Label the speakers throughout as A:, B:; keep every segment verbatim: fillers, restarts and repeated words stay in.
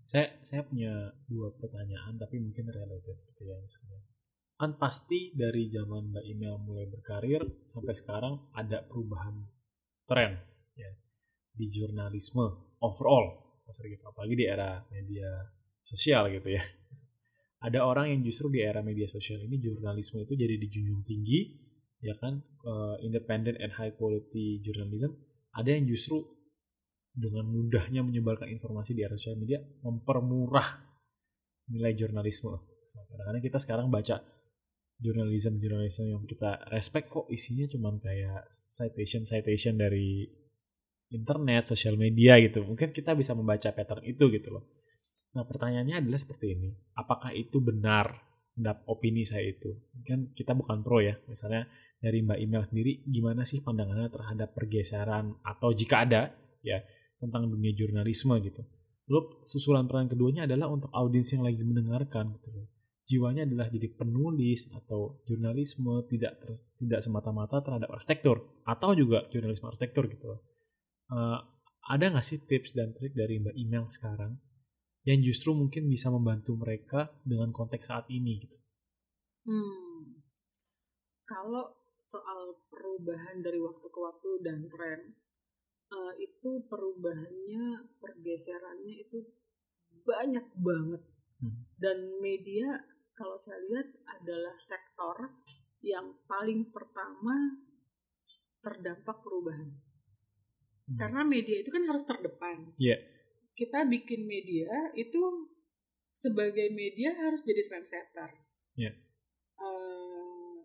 A: Saya saya punya dua pertanyaan tapi mungkin related gitu ya misalnya. Kan pasti dari zaman Mbak Email mulai berkarir sampai sekarang ada perubahan tren ya di jurnalisme overall, pasar gitu. Apalagi di era media sosial gitu ya. Ada orang yang justru di era media sosial ini jurnalisme itu jadi dijunjung tinggi, ya kan, uh, independent and high quality journalism. Ada yang justru dengan mudahnya menyebarkan informasi di era sosial media mempermurah nilai jurnalisme. Kadang-kadang kita sekarang baca jurnalisme-jurnalisme yang kita respect kok isinya cuman kayak citation-citation dari internet, sosial media gitu. Mungkin kita bisa membaca pattern itu gitu loh. Nah pertanyaannya adalah seperti ini. Apakah itu benar? Pendapat opini saya itu. Kan kita bukan pro ya. Misalnya dari Mbak Email sendiri gimana sih pandangannya terhadap pergeseran atau jika ada ya tentang dunia jurnalisme gitu. Lalu susulan pertanyaan keduanya adalah untuk audiens yang lagi mendengarkan gitu loh. Jiwanya adalah jadi penulis atau jurnalisme tidak ter, tidak semata-mata terhadap arsitektur atau juga jurnalisme arsitektur gitu loh. Uh, ada nggak sih tips dan trik dari Mbak Email sekarang yang justru mungkin bisa membantu mereka dengan konteks saat ini gitu?
B: Hmm. Kalau soal perubahan dari waktu ke waktu dan tren, uh, itu perubahannya, pergeserannya itu banyak banget. Hmm. Dan media kalau saya lihat adalah sektor yang paling pertama terdampak perubahan. Hmm. Karena media itu kan harus terdepan.
A: Iya. Yeah.
B: Kita bikin media itu sebagai media harus jadi trendsetter.
A: Iya. Yeah.
B: Uh,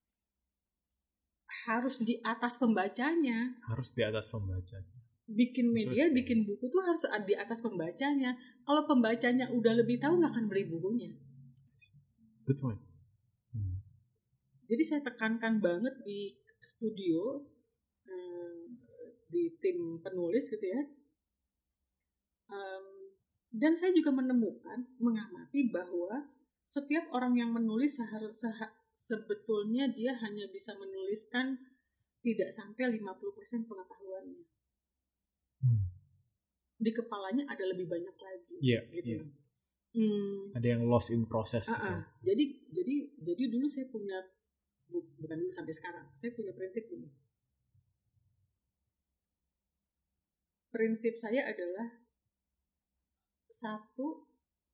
B: harus di atas pembacanya.
A: Harus di atas pembacanya.
B: Bikin media, bikin buku tuh harus di atas pembacanya. Kalau pembacanya udah lebih tahu nggak akan beli bukunya.
A: Good point. Hmm.
B: Jadi saya tekankan banget di studio, hmm, di tim penulis gitu ya. Um, dan saya juga menemukan, mengamati bahwa setiap orang yang menulis seharusnya sebetulnya dia hanya bisa menuliskan tidak sampai lima puluh persen pengetahuannya. Hmm. Di kepalanya ada lebih banyak lagi.
A: Iya. Yeah,
B: gitu.
A: Yeah. Hmm. Ada yang lost in process gitu.
B: Uh-uh. Jadi jadi jadi dulu saya punya, bukan dulu sampai sekarang, saya punya prinsip ini. Prinsip saya adalah satu,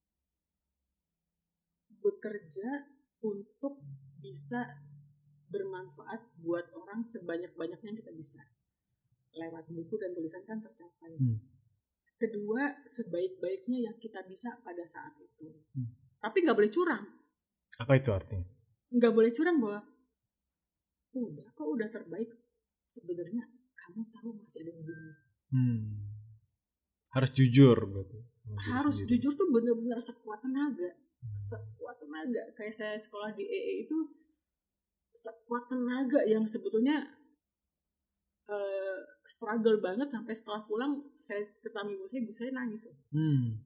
B: bekerja untuk bisa bermanfaat buat orang sebanyak-banyaknya yang kita bisa. Lewat buku dan tulisan kan tercapai. Hmm. Kedua, sebaik-baiknya yang kita bisa pada saat itu. Hmm. Tapi nggak boleh curang.
A: Apa itu artinya?
B: Nggak boleh curang bahwa udah kok udah terbaik. Sebenarnya kamu tahu masih ada yang begini.
A: Hmm. Harus jujur berarti.
B: Harus sendiri. Jujur tuh benar-benar sekuat tenaga. Hmm. Sekuat tenaga. Kayak saya sekolah di E E itu sekuat tenaga yang sebetulnya Uh, struggle banget sampai setelah pulang saya cerita ibu saya, ibu saya nangis. Hmm.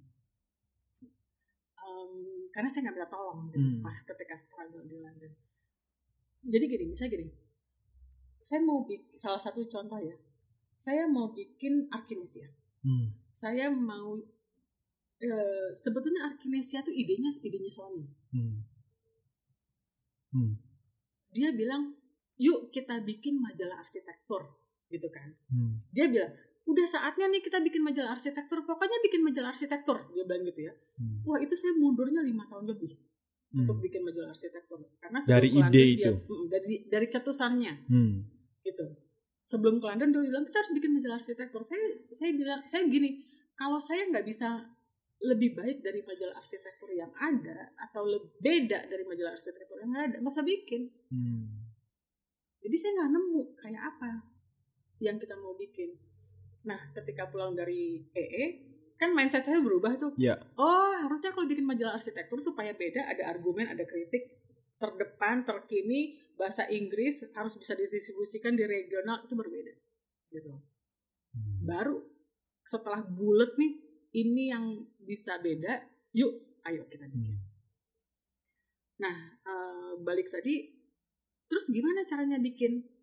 B: Um, karena saya nggak bisa tolong gitu, hmm. pas ketika struggle di London. Jadi gini, misalnya gini, saya mau bikin salah satu contoh ya, saya mau bikin Archimesia. Hmm. Saya mau uh, sebetulnya Archimesia tuh idenya idenya Sony. Hmm. Hmm. Dia bilang, yuk kita bikin majalah arsitektur. Gitu kan. Hmm. Dia bilang, udah saatnya nih kita bikin majalah arsitektur, pokoknya bikin majalah arsitektur, dia bilang gitu ya. Hmm. Wah, itu saya mundurnya lima tahun lebih hmm. untuk bikin majalah arsitektur. Karena
A: dari ide itu,
B: dia, dari dari cetusannya, hmm. gitu. Sebelum ke London dia bilang kita harus bikin majalah arsitektur. Saya saya bilang, saya gini, kalau saya nggak bisa lebih baik dari majalah arsitektur yang ada atau lebih beda dari majalah arsitektur yang ada, nggak usah bikin. Hmm. Jadi saya nggak nemu kayak apa yang kita mau bikin. Nah, ketika pulang dari E E, kan mindset saya berubah tuh.
A: Yeah.
B: Oh, harusnya kalau bikin majalah arsitektur supaya beda, ada argumen, ada kritik, terdepan, terkini, bahasa Inggris, harus bisa didistribusikan di regional, itu berbeda. Gitu. Hmm. Baru setelah bulet nih, ini yang bisa beda, yuk, ayo kita bikin. Hmm. Nah, uh, balik tadi, terus gimana caranya bikin?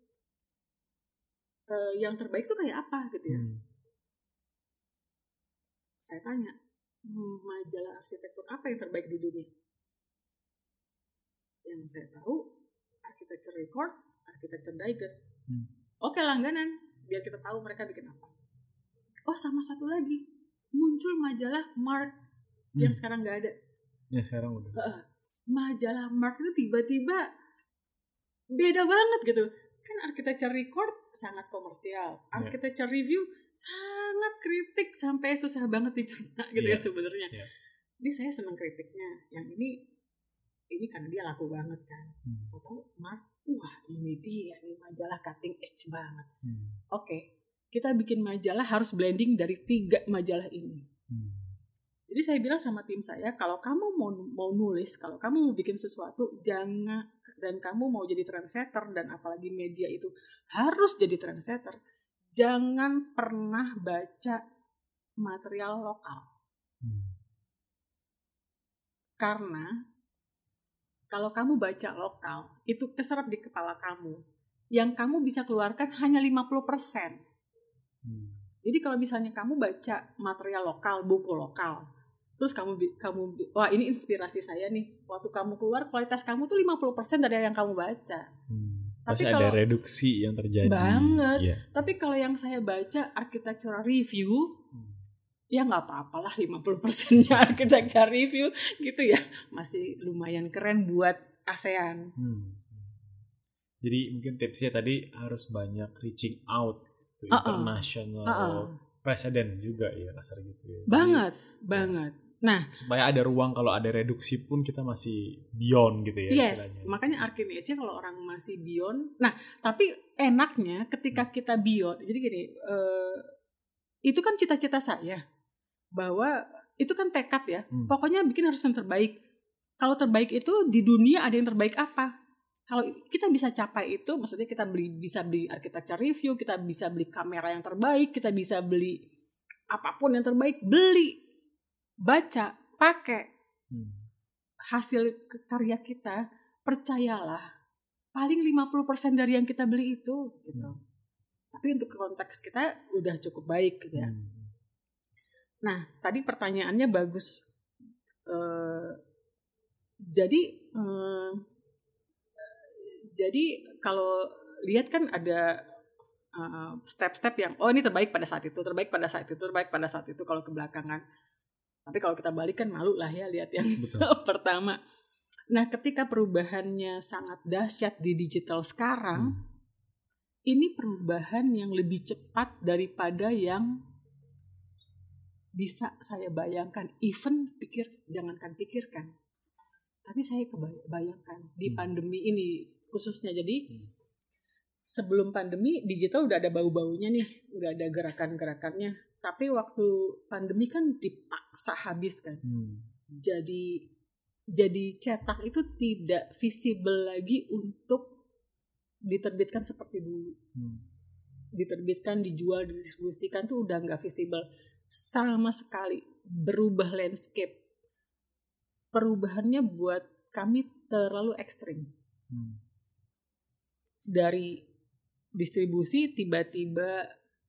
B: Uh, yang terbaik tuh kayak apa gitu ya? Hmm. Saya tanya, majalah arsitektur apa yang terbaik di dunia? Yang saya tahu Architecture Record, Architecture Digest. Hmm. Oke, langganan biar kita tahu mereka bikin apa. Oh, sama satu lagi muncul majalah Mark hmm. yang sekarang nggak ada.
A: Ya sekarang udah.
B: Uh, majalah Mark itu tiba-tiba beda banget gitu. Kan Architecture Record sangat komersial, Architecture yeah. Review sangat kritik sampai susah banget dicerna gitu yeah. ya sebenarnya. Yeah. Ini saya senang kritiknya. Yang ini ini karena dia laku banget kan. Hmm. Atau Mark, wah ini dia nih majalah cutting edge banget. Hmm. Oke, okay, kita bikin majalah harus blending dari tiga majalah ini. Hmm. Jadi saya bilang sama tim saya, kalau kamu mau mau nulis, kalau kamu mau bikin sesuatu, jangan, dan kamu mau jadi trendsetter, dan apalagi media itu harus jadi trendsetter, jangan pernah baca material lokal. Hmm. Karena kalau kamu baca lokal, itu keserap di kepala kamu. Yang kamu bisa keluarkan hanya lima puluh persen. Hmm. Jadi kalau misalnya kamu baca material lokal, buku lokal, terus kamu kamu wah ini inspirasi saya nih. Waktu kamu keluar, kualitas kamu tuh lima puluh persen dari yang kamu baca. Hmm.
A: Tapi kalau, ada reduksi yang terjadi.
B: Banget. Yeah. Tapi kalau yang saya baca architectural review, hmm. ya nggak apa-apalah lima puluh persennya architecture review gitu ya. Masih lumayan keren buat ASEAN. Hmm.
A: Jadi mungkin tipsnya tadi harus banyak reaching out to uh-uh. international uh-uh. precedent juga ya kasar gitu ya.
B: Banget,
A: Jadi,
B: banget. Nah,
A: supaya ada ruang kalau ada reduksi pun kita masih beyond gitu ya.
B: Yes, istilahnya. Makanya Archimedes kalau orang masih beyond. Nah, tapi enaknya ketika hmm. kita beyond, jadi gini, uh, itu kan cita-cita saya. Bahwa itu kan tekad ya, hmm. pokoknya bikin harus yang terbaik. Kalau terbaik itu di dunia ada yang terbaik apa? Kalau kita bisa capai itu, maksudnya kita beli bisa beli architecture review, kita bisa beli kamera yang terbaik, kita bisa beli apapun yang terbaik, beli, baca, pakai hmm. hasil karya kita, percayalah paling lima puluh persen dari yang kita beli itu gitu. Hmm. Tapi untuk konteks kita udah cukup baik gitu ya. Hmm. Nah, tadi pertanyaannya bagus. Uh, jadi, uh, jadi kalau lihat kan ada uh, step-step yang, oh ini terbaik pada saat itu, terbaik pada saat itu, terbaik pada saat itu kalau kebelakangan. Tapi kalau kita balik kan malu lah ya lihat yang pertama. Nah, ketika perubahannya sangat dahsyat di digital sekarang, hmm. ini perubahan yang lebih cepat daripada yang bisa saya bayangkan, even pikir, jangankan pikirkan. Tapi saya kebayangkan di pandemi ini khususnya. Jadi hmm. sebelum pandemi digital udah ada bau-baunya nih, udah ada gerakan-gerakannya. Tapi waktu pandemi kan dipaksa habis kan. Hmm. Jadi jadi cetak itu tidak visible lagi untuk diterbitkan seperti dulu. Hmm. Diterbitkan, dijual, didistribusikan tuh udah nggak visible. Sama sekali berubah landscape. Perubahannya buat kami terlalu ekstrim. Hmm. Dari distribusi tiba-tiba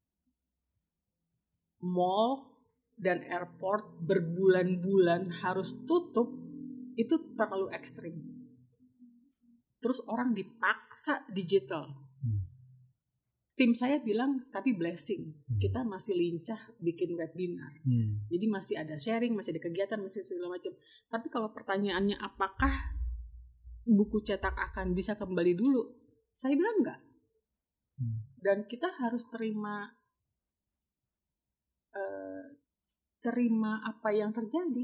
B: mall dan airport berbulan-bulan harus tutup, itu terlalu ekstrim. Terus orang dipaksa digital. Hmm. Tim saya bilang, tapi blessing. Hmm. Kita masih lincah bikin webinar. Hmm. Jadi masih ada sharing, masih ada kegiatan, masih segala macam. Tapi kalau pertanyaannya apakah buku cetak akan bisa kembali dulu? Saya bilang enggak. Hmm. Dan kita harus terima uh, terima apa yang terjadi.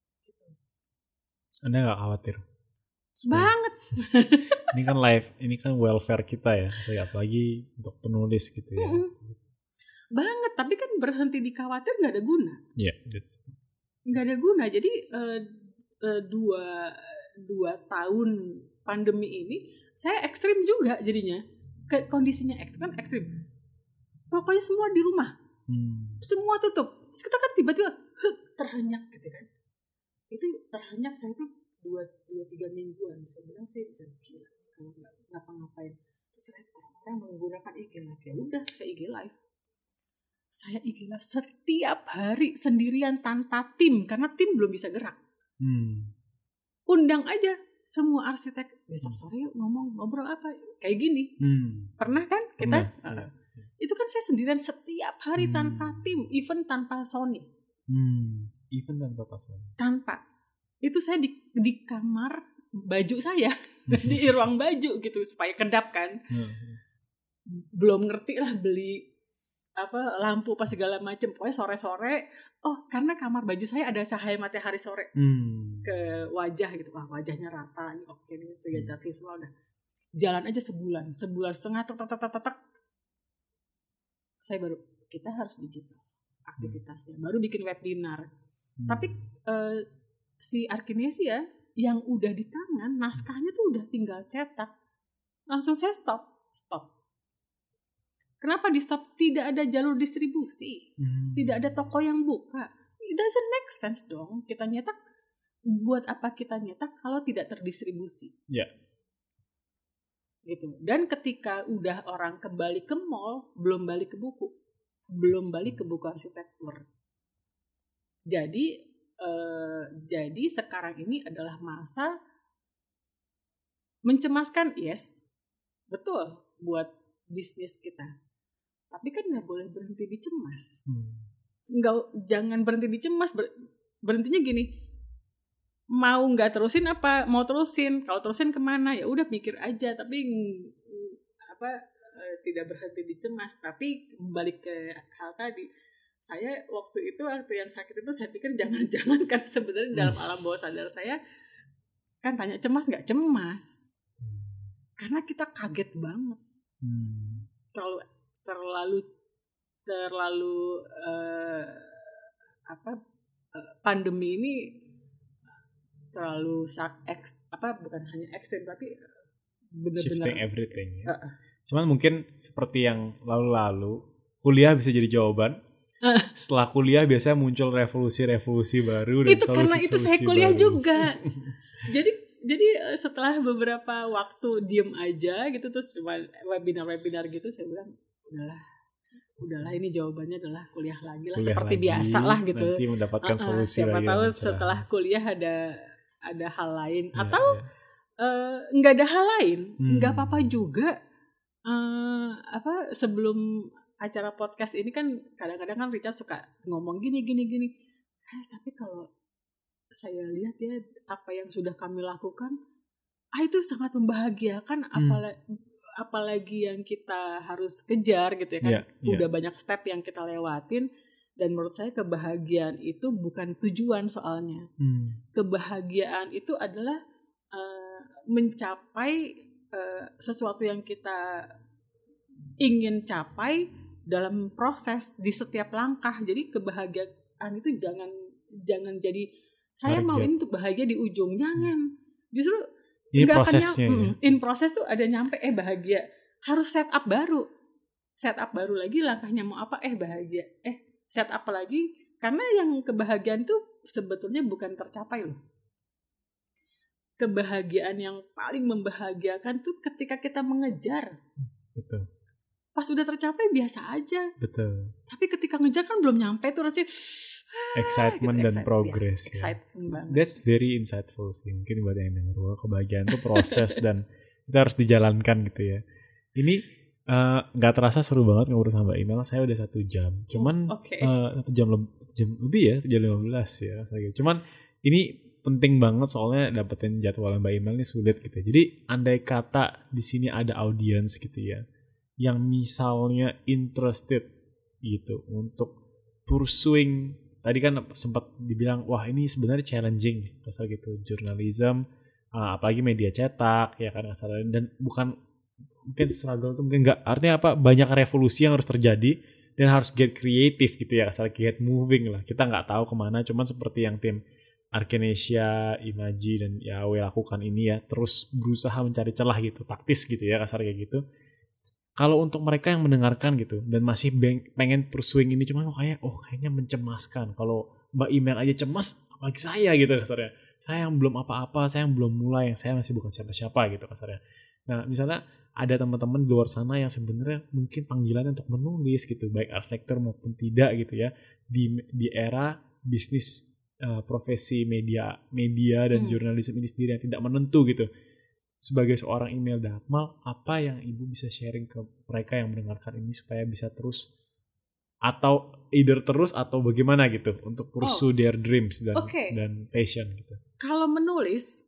A: Anda nggak khawatir?
B: Banget.
A: Ini kan live, ini kan welfare kita ya, saya apalagi untuk penulis gitu ya. Mm-mm.
B: Banget, tapi kan berhenti di khawatir nggak ada guna.
A: Iya, yeah, that's.
B: Nggak ada guna. Jadi uh, uh, dua dua tahun pandemi ini, saya ekstrim juga jadinya. Ke, kondisinya ekstrim kan ekstrim. Pokoknya semua di rumah, hmm. semua tutup. Terus kita kan tiba-tiba huh, terhenyak gitu kan. Itu terhenyak saya tuh dua dua tiga mingguan. Saya bilang saya bisa gila kalau nggak ngapa-ngapain. Terus lihat orang-orang menggunakan I G Live, ya udah saya I G Live. saya I G live setiap hari sendirian tanpa tim karena tim belum bisa gerak. Hmm. Undang aja semua arsitek besok sore yuk ngomong ngobrol apa kayak gini. Hmm. Pernah kan kita? Pernah, uh, ya. Itu kan saya sendirian setiap hari hmm. tanpa tim, even tanpa Sony.
A: Hmm. Even tanpa Sony.
B: Tanpa. Itu saya di di kamar baju saya di ruang baju gitu supaya kedap kan. Hmm. Belum ngerti lah beli apa lampu pas segala macam. Pokoknya sore-sore, oh karena kamar baju saya ada cahaya matahari sore hmm. ke wajah gitu. Wah wajahnya rata nih, oke nih sejajar visual udah. Jalan aja sebulan, sebulan setengah tek tek tek tek. Saya baru kita harus digital aktivitasnya. Baru bikin webinar. Hmm. Tapi eh, si Arkinesia yang udah di tangan, naskahnya tuh udah tinggal cetak. Langsung saya stop, stop. Kenapa di stop? Tidak ada jalur distribusi, hmm. tidak ada toko yang buka. It doesn't make sense dong. Kita nyetak, buat apa kita nyetak kalau tidak terdistribusi?
A: Ya. Yeah.
B: Gitu. Dan ketika udah orang kembali ke mall, belum balik ke buku, belum balik ke buku arsitektur. Jadi, eh, jadi sekarang ini adalah masa mencemaskan, yes, betul buat bisnis kita. Tapi kan nggak boleh berhenti dicemas. Hmm. Nggak, jangan berhenti dicemas. Ber, berhentinya gini, mau nggak terusin apa? Mau terusin? Kalau terusin kemana? Ya udah pikir aja. Tapi apa? Tidak berhenti dicemas. Tapi balik ke hal tadi. Saya waktu itu waktu yang sakit itu saya pikir jangan-jangan kan sebenarnya hmm. dalam alam bawah sadar saya kan tanya cemas nggak cemas? Karena kita kaget banget. Hmm. Terlalu terlalu terlalu uh, apa uh, pandemi ini terlalu eks, apa bukan hanya ekstrem tapi benar-benar
A: shifting everything ya. Uh, uh. Cuman mungkin seperti yang lalu-lalu kuliah bisa jadi jawaban. Uh. Setelah kuliah biasanya muncul revolusi-revolusi baru dan
B: itu
A: solusi-solusi
B: karena itu saya kuliah
A: baru.
B: juga. Jadi Jadi setelah beberapa waktu diem aja gitu terus cuma webinar-webinar gitu saya bilang udahlah, udahlah ini jawabannya adalah kuliah lagi lah kuliah seperti lagi, biasa lah gitu.
A: Nanti mendapatkan uh-uh, solusi
B: siapa
A: lagi.
B: Siapa tahu setelah kuliah ada ada hal lain ya, atau nggak ya. uh, ada hal lain, nggak hmm. apa-apa juga. Uh, apa sebelum acara podcast ini kan kadang-kadang kan Richard suka ngomong gini gini gini. Eh, tapi kalau saya lihat ya apa yang sudah kami lakukan, ah itu sangat membahagiakan, hmm. apalagi apalagi yang kita harus kejar gitu ya kan, yeah, yeah. udah banyak step yang kita lewatin dan menurut saya kebahagiaan itu bukan tujuan soalnya, hmm. kebahagiaan itu adalah uh, mencapai uh, sesuatu yang kita ingin capai dalam proses di setiap langkah. Jadi kebahagiaan itu jangan jangan jadi saya Target. Mau ini untuk bahagia di ujung, jangan. Justru nggak akan nyampe. Ya. In proses tuh ada nyampe, eh bahagia. Harus set up baru, set up baru lagi langkahnya mau apa, eh bahagia, eh set up lagi. Karena yang kebahagiaan tuh sebetulnya bukan tercapai loh. Kebahagiaan yang paling membahagiakan tuh ketika kita mengejar.
A: Betul.
B: Pas udah tercapai biasa aja.
A: Betul.
B: Tapi ketika ngejar kan belum nyampe tuh rasanya
A: excitement gitu, dan excited, progress ya.
B: Excitement banget.
A: That's very insightful sih. Mungkin buat yang denger bahwa kebahagiaan itu proses dan kita harus dijalankan gitu ya. Ini nggak uh, terasa seru banget ngobrol sama Mbak Imel. Saya udah satu jam. Cuman oh, okay. uh, satu jam, le- jam lebih ya, jam lima belas ya. Cuman ini penting banget soalnya dapetin jadwal Mbak Imel ini sulit gitu. Jadi andai kata di sini ada audiens gitu ya, yang misalnya interested gitu untuk pursuing. Tadi kan sempat dibilang, wah ini sebenarnya challenging, kasar gitu, journalism, uh, apalagi media cetak, ya kan kasar. Dan bukan, mungkin struggle tuh mungkin nggak, artinya apa, banyak revolusi yang harus terjadi, dan harus get creative gitu ya, kasar, get moving lah. Kita nggak tahu kemana, cuman seperti yang tim Arkinesia, Imaji, dan ya W lakukan ini ya, terus berusaha mencari celah gitu, taktis gitu ya, kasar kayak gitu. Kalau untuk mereka yang mendengarkan gitu dan masih pengen pursuing ini cuma oh kayak oh kayaknya mencemaskan. Kalau Mbak Imel aja cemas, apalagi saya gitu kasarnya. Saya yang belum apa-apa, saya yang belum mulai, yang saya masih bukan siapa-siapa gitu kasarnya. Nah misalnya ada teman-teman di luar sana yang sebenarnya mungkin panggilannya untuk menulis gitu, baik arsitektur maupun tidak gitu ya, di di era bisnis uh, profesi media media dan hmm. jurnalisme ini sendiri yang tidak menentu gitu. Sebagai seorang email Dakmal, apa yang ibu bisa sharing ke mereka yang mendengarkan ini supaya bisa terus atau either terus atau bagaimana gitu untuk pursue oh. their dreams dan okay. dan passion gitu.
B: Kalau menulis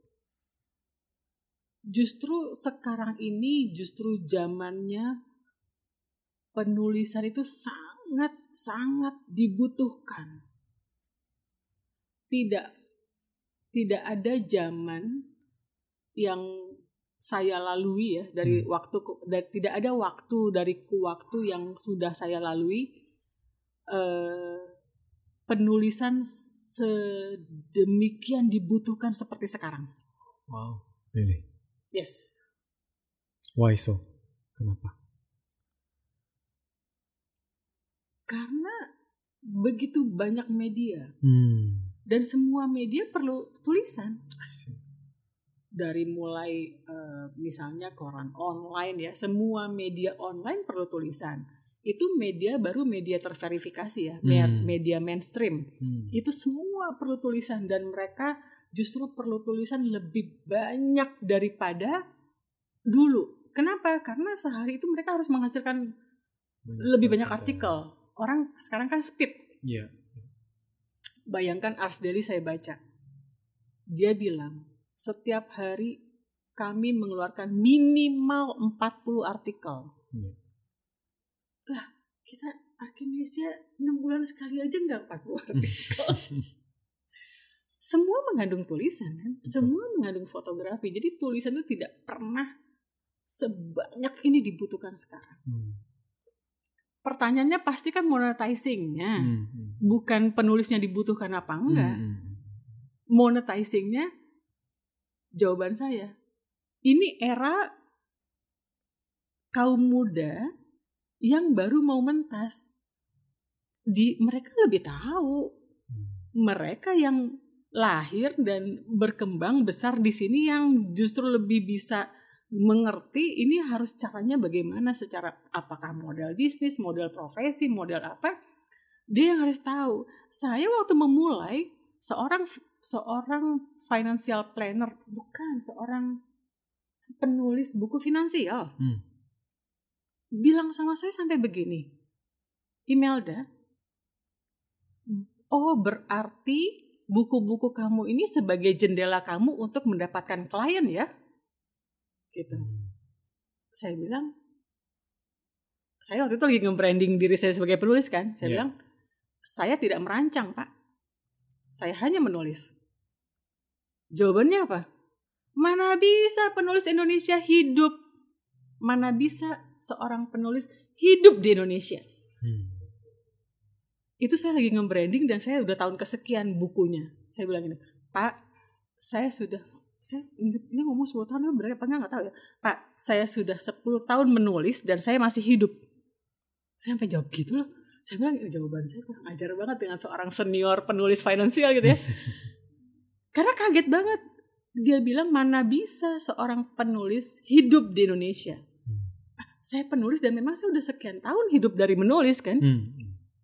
B: justru sekarang ini justru zamannya penulisan itu sangat-sangat dibutuhkan. Tidak tidak ada zaman yang saya lalui ya dari hmm. waktu da, tidak ada waktu dari waktu yang sudah saya lalui eh, penulisan sedemikian dibutuhkan seperti sekarang.
A: Wow, really?
B: Yes.
A: Why so? Kenapa?
B: Karena begitu banyak media.
A: Hmm.
B: Dan semua media perlu tulisan.
A: I see.
B: Dari mulai uh, misalnya koran online ya, semua media online perlu tulisan. Itu media baru media terverifikasi ya, hmm. media mainstream. Hmm. Itu semua perlu tulisan dan mereka justru perlu tulisan lebih banyak daripada dulu. Kenapa? Karena sehari itu mereka harus menghasilkan banyak lebih banyak artikel. Orang sekarang kan speed.
A: Iya. Yeah.
B: Bayangkan Ars Daily saya baca. Dia bilang, setiap hari kami mengeluarkan minimal empat puluh artikel. Yeah. Lah, kita Arkinesia enam bulan sekali aja enggak empat puluh artikel. Semua mengandung tulisan kan, betul. Semua mengandung fotografi. Jadi tulisan itu tidak pernah sebanyak ini dibutuhkan sekarang. Hmm. Pertanyaannya pasti kan monetizing-nya, hmm. bukan penulisnya dibutuhkan apa enggak. Hmm. Monetizing-nya, jawaban saya, ini era kaum muda yang baru mau mentas. Di mereka lebih tahu, mereka yang lahir dan berkembang besar di sini yang justru lebih bisa mengerti ini harus caranya bagaimana, secara apakah model bisnis, model profesi, model apa, dia yang harus tahu. Saya waktu memulai seorang seorang financial planner, bukan seorang penulis buku finansial, hmm. bilang sama saya sampai begini, Imelda, oh berarti buku-buku kamu ini sebagai jendela kamu untuk mendapatkan klien ya, gitu. Saya bilang, saya waktu itu lagi nge-branding diri saya sebagai penulis kan. Saya yeah. bilang, saya tidak merancang Pak, saya hanya menulis. Jawabannya apa? Mana bisa penulis Indonesia hidup? Mana bisa seorang penulis hidup di Indonesia? Hmm. Itu saya lagi nge-branding dan saya udah tahun kesekian bukunya. Saya bilang gini, Pak, saya sudah, saya ini ngomong sepuluh tahun, berapa enggak enggak tahu ya. Pak, saya sudah sepuluh tahun menulis dan saya masih hidup. Saya sampai jawab gitu loh. Saya bilang, jawaban saya kurang ajar banget dengan seorang senior penulis finansial gitu ya. Karena kaget banget. Dia bilang, mana bisa seorang penulis hidup di Indonesia. Saya penulis dan memang saya udah sekian tahun hidup dari menulis kan. Hmm.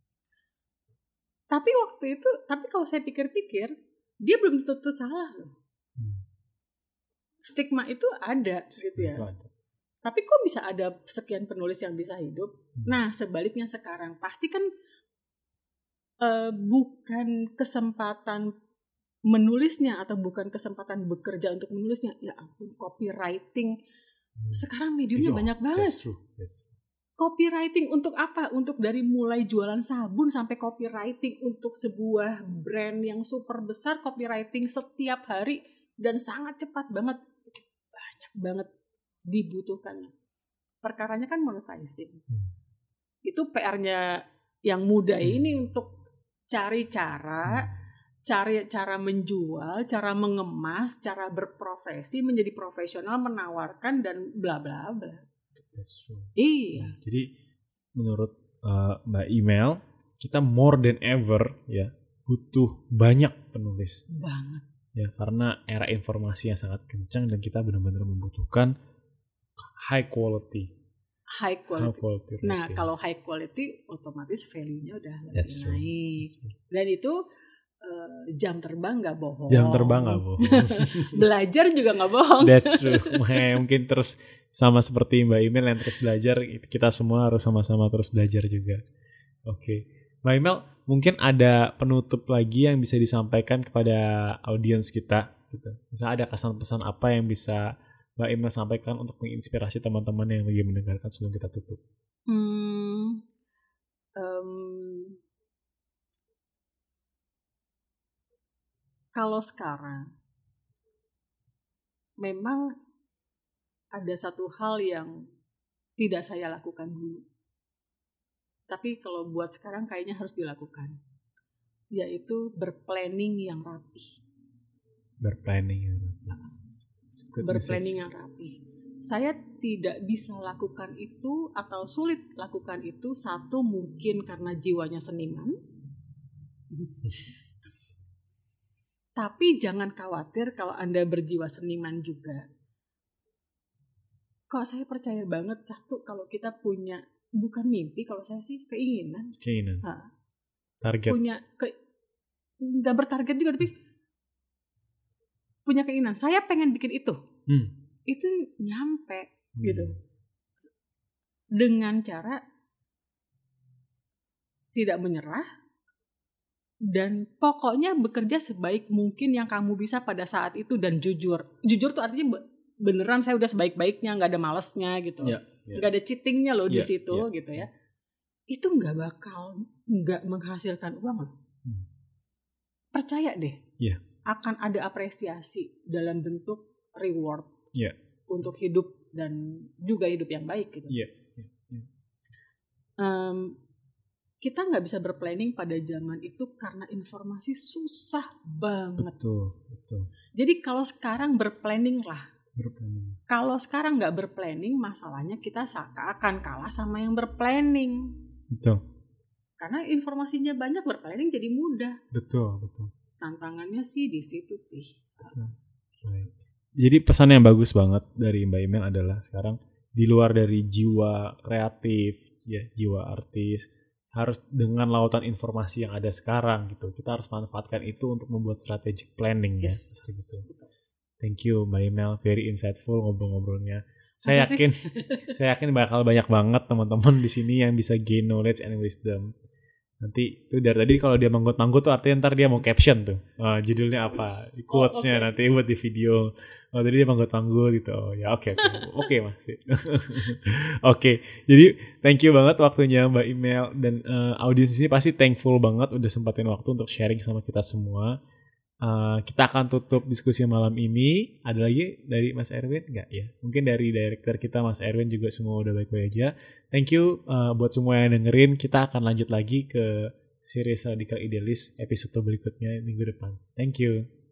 B: Tapi waktu itu, tapi kalau saya pikir-pikir, dia belum tentu salah loh. Hmm. Stigma itu ada, Stigma gitu ya. Ada. Tapi kok bisa ada sekian penulis yang bisa hidup? Hmm. Nah, sebaliknya sekarang pasti kan uh, bukan kesempatan menulisnya atau bukan kesempatan bekerja untuk menulisnya. Ya ampun, copywriting. Hmm. Sekarang mediumnya oh, banyak banget.
A: That's true. That's true.
B: Copywriting untuk apa? Untuk dari mulai jualan sabun sampai copywriting untuk sebuah brand yang super besar, copywriting setiap hari dan sangat cepat banget. Banyak banget dibutuhkannya. Perkaranya kan monetizing. Hmm. Itu P R-nya yang muda hmm. ini untuk cari cara, hmm. cari cara menjual, cara mengemas, cara berprofesi, menjadi profesional, menawarkan dan bla bla bla.
A: That's true.
B: Iya.
A: Jadi menurut uh, Mbak Email, kita more than ever ya butuh banyak penulis.
B: Banget.
A: Ya karena era informasi yang sangat kencang dan kita benar-benar membutuhkan
B: high quality.
A: High quality.
B: High quality
A: nah, kalau high quality otomatis value-nya udah lebih
B: That's
A: naik. Dan itu uh, jam terbang nggak bohong.
B: Jam terbang nggak bohong.
A: Belajar juga nggak bohong.
B: That's true. Mungkin terus sama seperti Mbak Imel yang terus belajar, kita semua harus sama-sama terus belajar juga. Oke, okay. Mbak Imel, mungkin ada penutup lagi yang bisa disampaikan kepada audiens kita. Gitu. Misalnya ada kesan-pesan apa yang bisa Mbak Imel sampaikan untuk menginspirasi teman-teman yang lagi mendengarkan sebelum kita tutup?
A: Hmm, um, kalau sekarang memang ada satu hal yang tidak saya lakukan dulu, tapi kalau buat sekarang kayaknya harus dilakukan, yaitu berplanning yang rapi.
B: Berplanning yang rapi.
A: Berplanning yang rapi. Saya tidak bisa lakukan itu atau sulit lakukan itu, satu mungkin karena jiwanya seniman. Tapi jangan khawatir kalau Anda berjiwa seniman juga. Kok saya percaya banget, satu, kalau kita punya, bukan mimpi, kalau saya sih keinginan.
B: Keinginan.
A: Ha,
B: target.
A: Punya, ke, nggak bertarget juga, tapi punya keinginan. Saya pengen bikin itu. Hmm. Itu nyampe hmm. gitu. Dengan cara tidak menyerah dan pokoknya bekerja sebaik mungkin yang kamu bisa pada saat itu dan jujur. Jujur tuh artinya beneran saya udah sebaik-baiknya, nggak ada malesnya gitu. Yeah, yeah. Nggak ada cheatingnya loh yeah, di situ yeah. gitu ya. Itu nggak bakal nggak menghasilkan uang loh. Hmm. Percaya deh. Yeah. Akan ada apresiasi dalam bentuk reward yeah. untuk hidup dan juga hidup yang baik gitu. Yeah. Yeah. Yeah. Um, kita nggak bisa berplanning pada zaman itu karena informasi susah banget.
B: Betul, betul.
A: Jadi kalau sekarang berplanning lah.
B: Berplanning.
A: Kalau sekarang nggak berplanning, masalahnya kita akan kalah sama yang berplanning.
B: Betul.
A: Karena informasinya banyak, berplanning jadi mudah.
B: Betul, betul.
A: Tantangannya sih di situ sih.
B: Baik. Jadi pesan yang bagus banget dari Mbak Imel adalah sekarang di luar dari jiwa kreatif, ya jiwa artis, harus dengan lautan informasi yang ada sekarang gitu. Kita harus manfaatkan itu untuk membuat strategic planning ya.
A: Yes.
B: Gitu. Thank you Mbak Imel, very insightful ngobrol-ngobrolnya. Saya yakin, saya yakin bakal banyak banget teman-teman di sini yang bisa gain knowledge and wisdom. Nanti itu dari tadi kalau dia manggut-manggut tuh artinya ntar dia mau caption tuh uh, judulnya apa, quotes-nya oh, okay. nanti buat di video. Oh tadi dia manggut-manggut gitu. Oh ya oke okay, oke okay. oke mas. Oke okay. Jadi thank you banget waktunya Mbak Imel dan uh, audiens ini pasti thankful banget udah sempatin waktu untuk sharing sama kita semua. Uh, kita akan tutup diskusi malam ini. Ada lagi dari Mas Erwin? Enggak ya? Mungkin dari director kita Mas Erwin juga semua udah baik-baik aja. Thank you uh, buat semua yang dengerin. Kita akan lanjut lagi ke series Radical Idealist episode berikutnya minggu depan. Thank you.